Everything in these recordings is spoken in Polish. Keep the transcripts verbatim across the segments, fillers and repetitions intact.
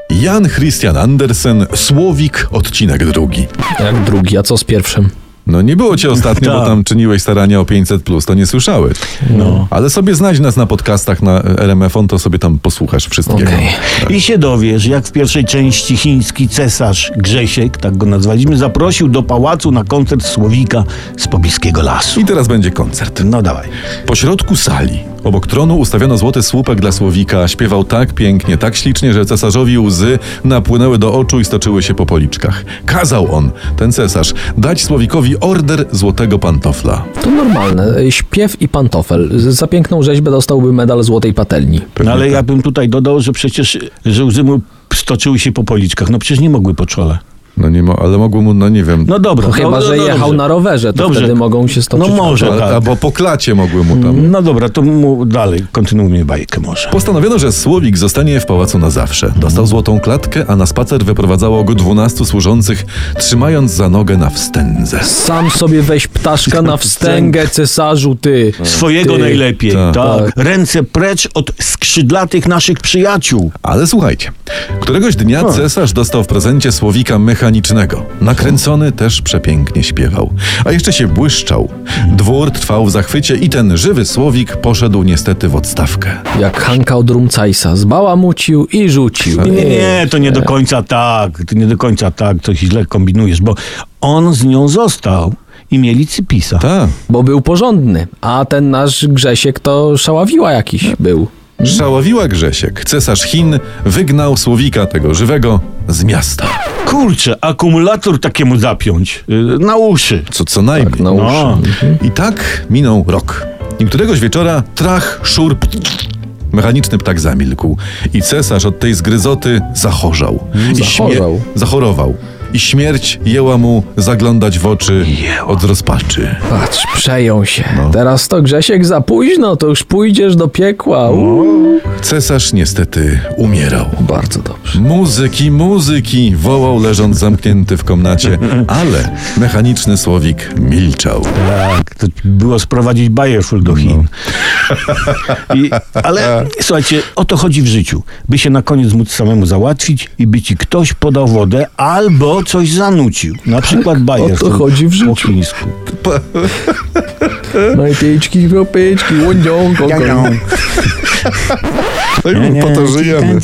Jan Christian Andersen, Słowik, odcinek drugi. Jak drugi, a co z pierwszym? No nie było cię ostatnio, bo tam czyniłeś starania o pięćset plus, to nie słyszałeś. No. Ale sobie znajdź nas na podcastach na R M F on, to sobie tam posłuchasz wszystkiego. Okay. I się dowiesz, jak w pierwszej części chiński cesarz Grzesiek, tak go nazwaliśmy, zaprosił do pałacu na koncert Słowika z pobliskiego lasu. I teraz będzie koncert. No dawaj. Po środku sali, obok tronu ustawiono złoty słupek dla Słowika. Śpiewał tak pięknie, tak ślicznie, że cesarzowi łzy napłynęły do oczu i stoczyły się po policzkach. Kazał on, ten cesarz, dać Słowikowi order złotego pantofla. To normalne. Śpiew i pantofel. Za piękną rzeźbę dostałby medal złotej patelni. No ale ja bym tutaj dodał, że przecież, że łzy mu stoczyły się po policzkach. No przecież nie mogły po czole. No nie, mo- ale mogło mu, no nie wiem. No dobra. No chyba, no, że no, jechał dobrze. na rowerze, to Dobrze. wtedy mogą się stoczyć. No może. Ale, tak. albo po klacie mogły mu tam. No dobra, to mu dalej, kontynuujmy bajkę może. Postanowiono, że Słowik zostanie w pałacu na zawsze. Dostał złotą klatkę, a na spacer wyprowadzało go dwunastu służących, trzymając za nogę na wstędze. Sam sobie weź ptaszka na wstęgę, cesarzu, ty. Swojego Ty. najlepiej, Tak. tak. Ręce precz od skrzydlatych naszych przyjaciół. Ale słuchajcie, któregoś dnia cesarz dostał w prezencie Słowika mechanicznego. Nakręcony też przepięknie śpiewał. A jeszcze się błyszczał. Dwór trwał w zachwycie i ten żywy Słowik poszedł niestety w odstawkę. Jak Hanka od Rumcajsa. Zbałamucił i rzucił. Nie, nie, nie, to nie do końca tak, to nie do końca tak, to źle kombinujesz, bo on z nią został i mieli Cypisa. Tak. Bo był porządny, a ten nasz Grzesiek to szławiła jakiś był. Szałowiła Grzesiek. Cesarz Chin wygnał Słowika tego żywego z miasta. Kurczę, akumulator takiemu zapiąć, yy, na uszy. Co co najmniej. Tak, na uszy. No. I tak minął rok. I któregoś wieczora trach, szurp, mechaniczny ptak zamilkł. I cesarz od tej zgryzoty zachorzał. I Zachorzał. Zachorował. I śmierć jęła mu zaglądać w oczy od rozpaczy. Patrz, przejął się. No. Teraz to Grzesiek za późno, to już pójdziesz do piekła. Uuu. Cesarz niestety umierał. Bardzo dobrze. Muzyki, muzyki, wołał leżąc zamknięty w komnacie, ale mechaniczny Słowik milczał. Tak, to było sprowadzić Bajerful do Chin. I, ale słuchajcie, o to chodzi w życiu. By się na koniec móc samemu załatwić i by ci ktoś podał wodę albo coś zanucił. Na przykład Bajerful. o to chodzi w Po życiu. chińsku. Majtyczki, kropeczki, łądzią, kogo. No i po to żyjemy.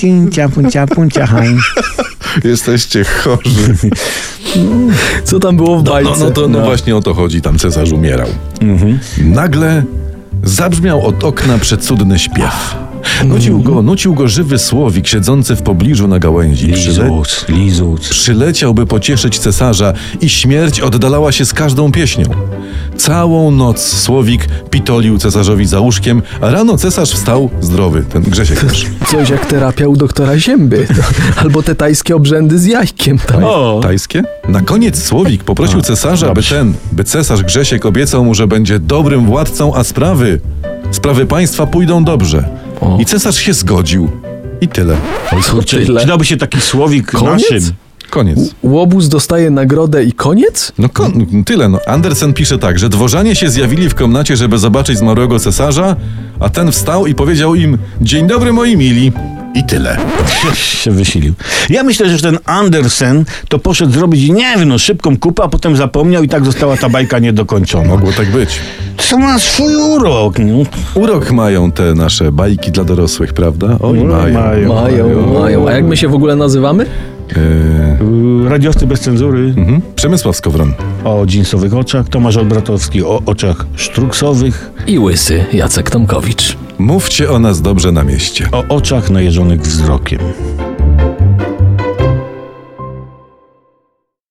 Jesteście chorzy. Co tam było w No, bajce? no, to, no właśnie o to chodzi, tam cesarz umierał. Nagle zabrzmiał od okna przecudny śpiew. Nucił go, nucił go żywy Słowik siedzący w pobliżu na gałęzi. Przyle... Lizuc, lizuc. Przyleciał, by pocieszyć cesarza i śmierć oddalała się z każdą pieśnią. Całą noc Słowik pitolił cesarzowi za łóżkiem, a rano cesarz wstał zdrowy, ten Grzesiek też. Coś jak terapia u doktora Zięby. Albo te tajskie obrzędy z jajkiem. Tak? O, Tajskie? Na koniec Słowik poprosił cesarza, by ten, by cesarz Grzesiek obiecał mu, że będzie dobrym władcą, a sprawy, sprawy państwa pójdą dobrze. O. I cesarz się zgodził. I tyle. kurczę, tyle. przydałby się taki Słowik Koniec? naszym. Koniec. Łobuz dostaje nagrodę i koniec? No kon, tyle, no. Andersen pisze tak, że dworzanie się zjawili w komnacie, żeby zobaczyć zmarłego cesarza, a ten wstał i powiedział im: dzień dobry, moi mili. I tyle. się wysilił. Ja myślę, że ten Andersen to poszedł zrobić, nie wiem, no, szybką kupę, a potem zapomniał i tak została ta bajka niedokończona. Mogło tak być. To ma swój urok. No. Urok mają te nasze bajki dla dorosłych, prawda? Oj, No, mają. mają. Mają, mają. A jak my się w ogóle nazywamy? Yy, Yy, Radiowcy bez cenzury. mhm. Przemysław Skowron. O dżinsowych oczach. Tomasz Olbratowski o oczach sztruksowych. I łysy Jacek Tomkowicz. Mówcie o nas dobrze na mieście. O oczach najeżonych wzrokiem.